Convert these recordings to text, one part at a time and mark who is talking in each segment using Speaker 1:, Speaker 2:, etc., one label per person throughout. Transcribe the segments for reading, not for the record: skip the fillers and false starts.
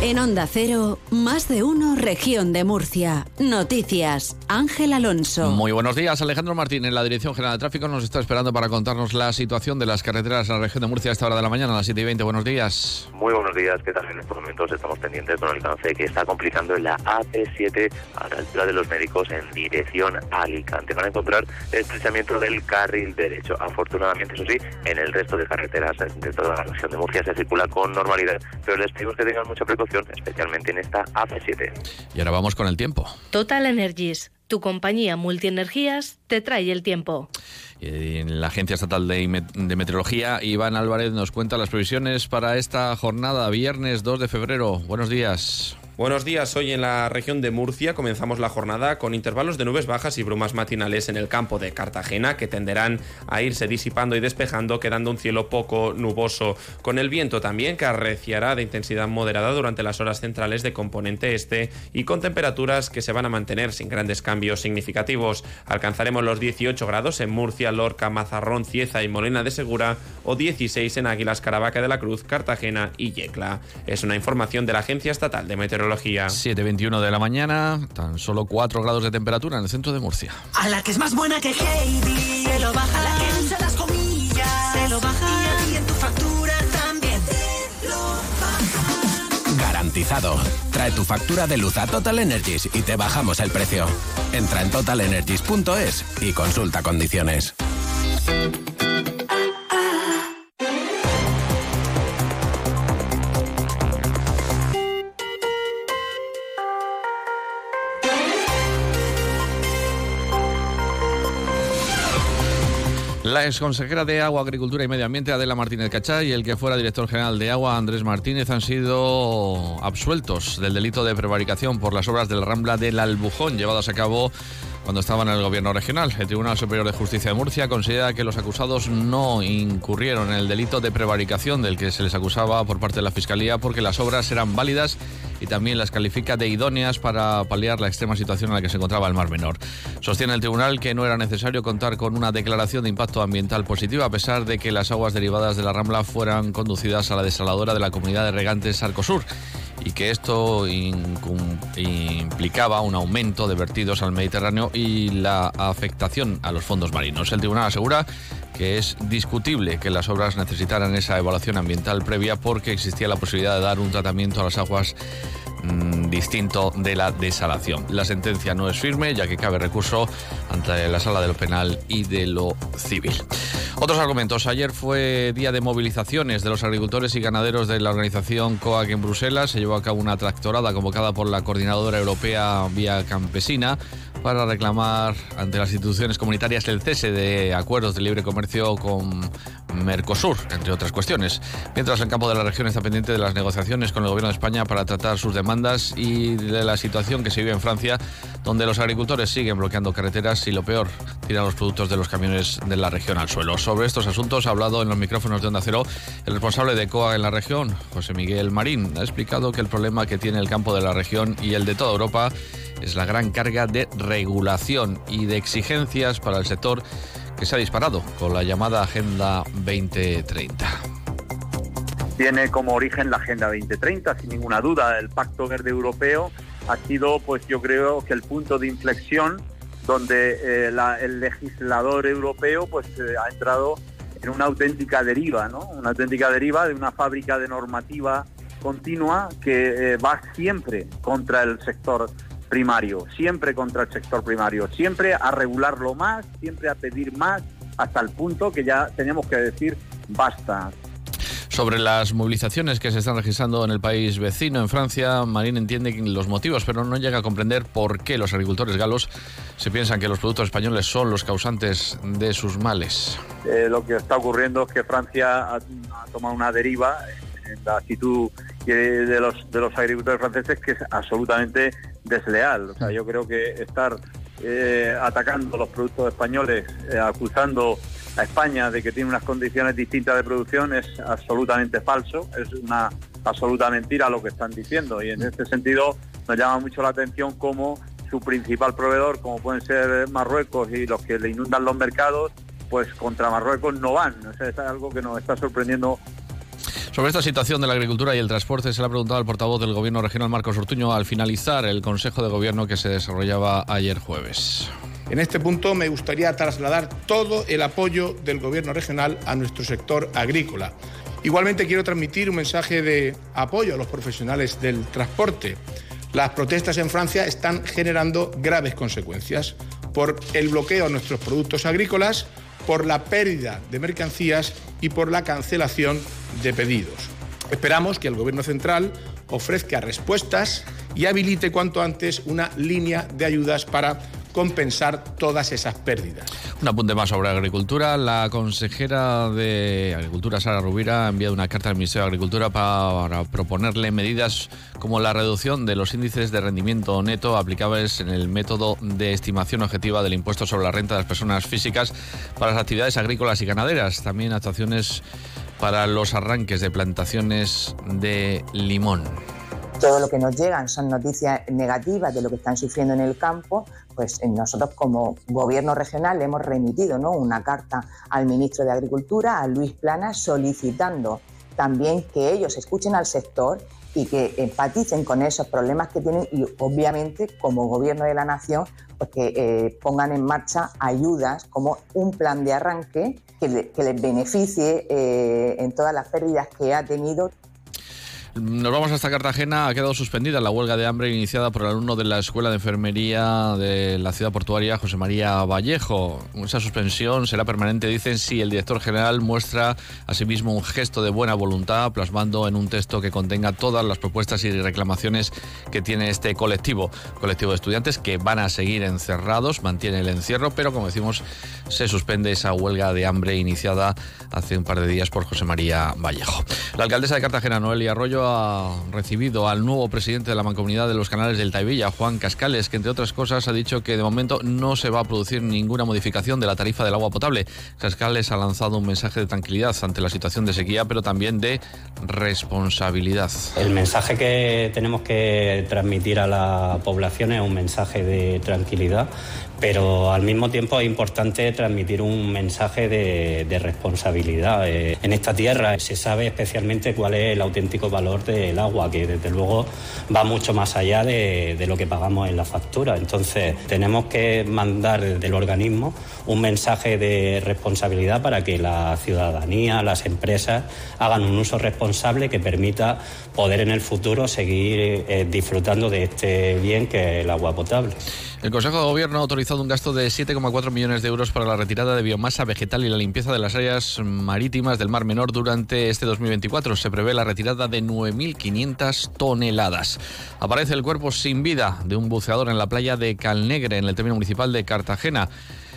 Speaker 1: En Onda Cero, Más de Uno, Región de Murcia. Noticias, Ángel Alonso.
Speaker 2: Muy buenos días, Alejandro Martín en la Dirección General de Tráfico nos está esperando para contarnos la situación de las carreteras en la región de Murcia a esta hora de la mañana, a las 7:20. Buenos días.
Speaker 3: Muy buenos días, ¿qué tal? En estos momentos estamos pendientes con el alcance que está complicando en la AP7 a la altura de Los Médicos en dirección a Alicante. Van a encontrar estrechamiento del carril derecho. Afortunadamente, eso sí, en el resto de carreteras de toda la región de Murcia se circula con normalidad, pero les pedimos que tengan mucha precaución, especialmente en esta AP7.
Speaker 2: Y ahora vamos con el tiempo.
Speaker 4: Total Energies, tu compañía multienergías, te trae el tiempo.
Speaker 2: En la Agencia Estatal de Meteorología, Iván Álvarez nos cuenta las previsiones para esta jornada, viernes 2 de febrero. Buenos días.
Speaker 5: Buenos días, hoy en la región de Murcia comenzamos la jornada con intervalos de nubes bajas y brumas matinales en el campo de Cartagena que tenderán a irse disipando y despejando, quedando un cielo poco nuboso, con el viento también que arreciará de intensidad moderada durante las horas centrales de componente este y con temperaturas que se van a mantener sin grandes cambios significativos. Alcanzaremos los 18 grados en Murcia, Lorca, Mazarrón, Cieza y Molina de Segura o 16 en Águilas, Caravaca de la Cruz, Cartagena y Yecla. Es una información de la Agencia Estatal de Meteorología.
Speaker 2: 7:21 de la mañana, tan solo 4 grados de temperatura en el centro de Murcia.
Speaker 6: A la que es más buena que Heidi, se lo baja. A la que usa las comillas, se lo baja. Y en tu factura también te lo baja.
Speaker 7: Garantizado. Trae tu factura de luz a Total Energies y te bajamos el precio. Entra en totalenergies.es y consulta condiciones.
Speaker 2: La exconsejera de Agua, Agricultura y Medio Ambiente, Adela Martínez Cachá, y el que fuera director general de Agua, Andrés Martínez, han sido absueltos del delito de prevaricación por las obras de la Rambla del Albujón llevadas a cabo cuando estaban en el gobierno regional. El Tribunal Superior de Justicia de Murcia considera que los acusados no incurrieron en el delito de prevaricación del que se les acusaba por parte de la Fiscalía, porque las obras eran válidas y también las califica de idóneas para paliar la extrema situación en la que se encontraba el Mar Menor. Sostiene el tribunal que no era necesario contar con una declaración de impacto ambiental positiva, a pesar de que las aguas derivadas de la Rambla fueran conducidas a la desaladora de la comunidad de regantes Arcosur, y que esto implicaba un aumento de vertidos al Mediterráneo y la afectación a los fondos marinos. El tribunal asegura que es discutible que las obras necesitaran esa evaluación ambiental previa porque existía la posibilidad de dar un tratamiento a las aguas distinto de la desalación. La sentencia no es firme, ya que cabe recurso ante la Sala de lo Penal y de lo Civil. Otros argumentos. Ayer fue día de movilizaciones de los agricultores y ganaderos de la organización COAG en Bruselas. Se llevó a cabo una tractorada convocada por la Coordinadora Europea Vía Campesina para reclamar ante las instituciones comunitarias el cese de acuerdos de libre comercio con Mercosur, entre otras cuestiones. Mientras el campo de la región está pendiente de las negociaciones con el Gobierno de España para tratar sus demandas y de la situación que se vive en Francia, donde los agricultores siguen bloqueando carreteras y, lo peor, tiran los productos de los camiones de la región al suelo. Sobre estos asuntos ha hablado en los micrófonos de Onda Cero el responsable de COAG en la región, José Miguel Marín. Ha explicado que el problema que tiene el campo de la región y el de toda Europa es la gran carga de regulación y de exigencias para el sector que se ha disparado con la llamada Agenda 2030.
Speaker 8: Tiene como origen la Agenda 2030, sin ninguna duda. El Pacto Verde Europeo ha sido, pues yo creo que el punto de inflexión donde el legislador europeo pues ha entrado en una auténtica deriva, ¿no? Una auténtica deriva de una fábrica de normativa continua que va siempre contra el sector primario, siempre contra el sector primario, siempre a regularlo más, siempre a pedir más, hasta el punto que ya tenemos que decir basta.
Speaker 2: Sobre las movilizaciones que se están registrando en el país vecino, en Francia, Marín entiende los motivos, pero no llega a comprender por qué los agricultores galos se piensan que los productos españoles son los causantes de sus males.
Speaker 8: Lo que está ocurriendo es que Francia ha tomado una deriva en la actitud de los agricultores franceses que es absolutamente desleal. O sea, yo creo que estar atacando los productos españoles, acusando a España de que tiene unas condiciones distintas de producción es absolutamente falso, es una absoluta mentira lo que están diciendo, y en este sentido nos llama mucho la atención cómo su principal proveedor, como pueden ser Marruecos y los que le inundan los mercados, pues contra Marruecos no van. O sea, es algo que nos está sorprendiendo.
Speaker 2: Sobre esta situación de la agricultura y el transporte se le ha preguntado al portavoz del Gobierno regional, Marcos Ortuño, al finalizar el Consejo de Gobierno que se desarrollaba ayer jueves.
Speaker 9: En este punto me gustaría trasladar todo el apoyo del Gobierno regional a nuestro sector agrícola. Igualmente quiero transmitir un mensaje de apoyo a los profesionales del transporte. Las protestas en Francia están generando graves consecuencias por el bloqueo a nuestros productos agrícolas, por la pérdida de mercancías y por la cancelación de pedidos. Esperamos que el Gobierno central ofrezca respuestas y habilite cuanto antes una línea de ayudas para compensar todas esas pérdidas.
Speaker 2: Un apunte más sobre agricultura. La consejera de Agricultura, Sara Rovira, ha enviado una carta al Ministerio de Agricultura para proponerle medidas como la reducción de los índices de rendimiento neto aplicables en el método de estimación objetiva del impuesto sobre la renta de las personas físicas para las actividades agrícolas y ganaderas. También actuaciones para los arranques de plantaciones de limón.
Speaker 10: Todo lo que nos llegan son noticias negativas de lo que están sufriendo en el campo. Pues nosotros como Gobierno regional hemos remitido, ¿no?, una carta al ministro de Agricultura, a Luis Planas, solicitando también que ellos escuchen al sector y que empaticen con esos problemas que tienen y obviamente como Gobierno de la Nación pues que pongan en marcha ayudas como un plan de arranque que les beneficie en todas las pérdidas que ha tenido.
Speaker 2: Nos vamos hasta Cartagena. Ha quedado suspendida la huelga de hambre iniciada por el alumno de la Escuela de Enfermería de la ciudad portuaria, José María Vallejo. Esa suspensión será permanente, dicen, si el director general muestra asimismo un gesto de buena voluntad, plasmando en un texto que contenga todas las propuestas y reclamaciones que tiene este colectivo de estudiantes que van a seguir encerrados, mantiene el encierro, pero como decimos, se suspende esa huelga de hambre iniciada hace un par de días por José María Vallejo. La alcaldesa de Cartagena, Noelia Arroyo, ha recibido al nuevo presidente de la Mancomunidad de los Canales del Taivilla, Juan Cascales, que entre otras cosas ha dicho que de momento no se va a producir ninguna modificación de la tarifa del agua potable. Cascales ha lanzado un mensaje de tranquilidad ante la situación de sequía, pero también de responsabilidad.
Speaker 11: El mensaje que tenemos que transmitir a la población es un mensaje de tranquilidad, pero al mismo tiempo es importante transmitir un mensaje de responsabilidad. En esta tierra se sabe especialmente cuál es el auténtico valor del agua, que desde luego va mucho más allá de lo que pagamos en la factura. Entonces tenemos que mandar desde el organismo un mensaje de responsabilidad para que la ciudadanía, las empresas hagan un uso responsable que permita poder en el futuro seguir disfrutando de este bien que es el agua potable.
Speaker 2: El Consejo de Gobierno ha autorizado un gasto de 7,4 millones de euros para la retirada de biomasa vegetal y la limpieza de las áreas marítimas del Mar Menor durante este 2024. Se prevé la retirada de 9.500 toneladas. Aparece el cuerpo sin vida de un buceador en la playa de Calnegre, en el término municipal de Cartagena.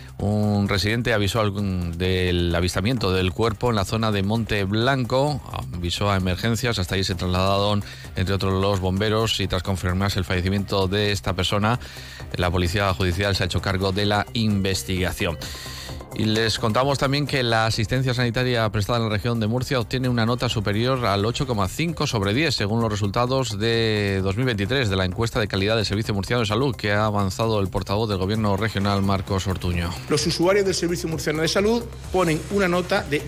Speaker 2: Un residente avisó del avistamiento del cuerpo en la zona de Monte Blanco, avisó a emergencias, hasta ahí se trasladaron entre otros los bomberos y tras confirmarse el fallecimiento de esta persona, la policía judicial se ha hecho cargo de la investigación. Y les contamos también que la asistencia sanitaria prestada en la región de Murcia obtiene una nota superior al 8,5 sobre 10, según los resultados de 2023 de la encuesta de calidad del Servicio Murciano de Salud, que ha avanzado el portavoz del Gobierno regional, Marcos Ortuño.
Speaker 9: Los usuarios del Servicio Murciano de Salud ponen una nota de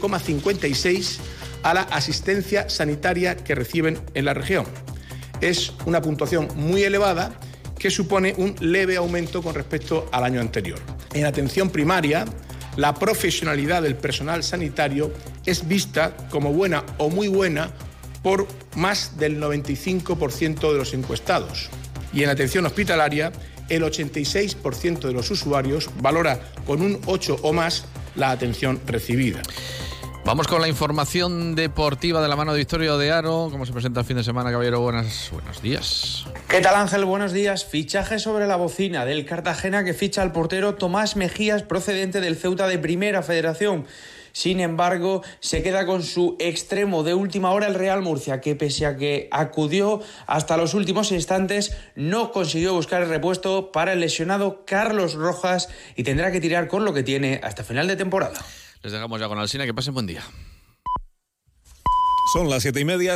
Speaker 9: 8,56 a la asistencia sanitaria que reciben en la región. Es una puntuación muy elevada que supone un leve aumento con respecto al año anterior. En atención primaria, la profesionalidad del personal sanitario es vista como buena o muy buena por más del 95% de los encuestados. Y en atención hospitalaria, el 86% de los usuarios valora con un 8 o más la atención recibida.
Speaker 2: Vamos con la información deportiva de la mano de Victorio de Aro. ¿Cómo se presenta el fin de semana, caballero? Buenos días.
Speaker 12: ¿Qué tal, Ángel? Buenos días. Fichaje sobre la bocina del Cartagena, que ficha al portero Tomás Mejías, procedente del Ceuta de Primera Federación. Sin embargo, se queda con su extremo de última hora el Real Murcia, que pese a que acudió hasta los últimos instantes, no consiguió buscar el repuesto para el lesionado Carlos Rojas y tendrá que tirar con lo que tiene hasta final de temporada.
Speaker 2: Les dejamos ya con Alsina, que pasen buen día.
Speaker 13: Son las 7:30.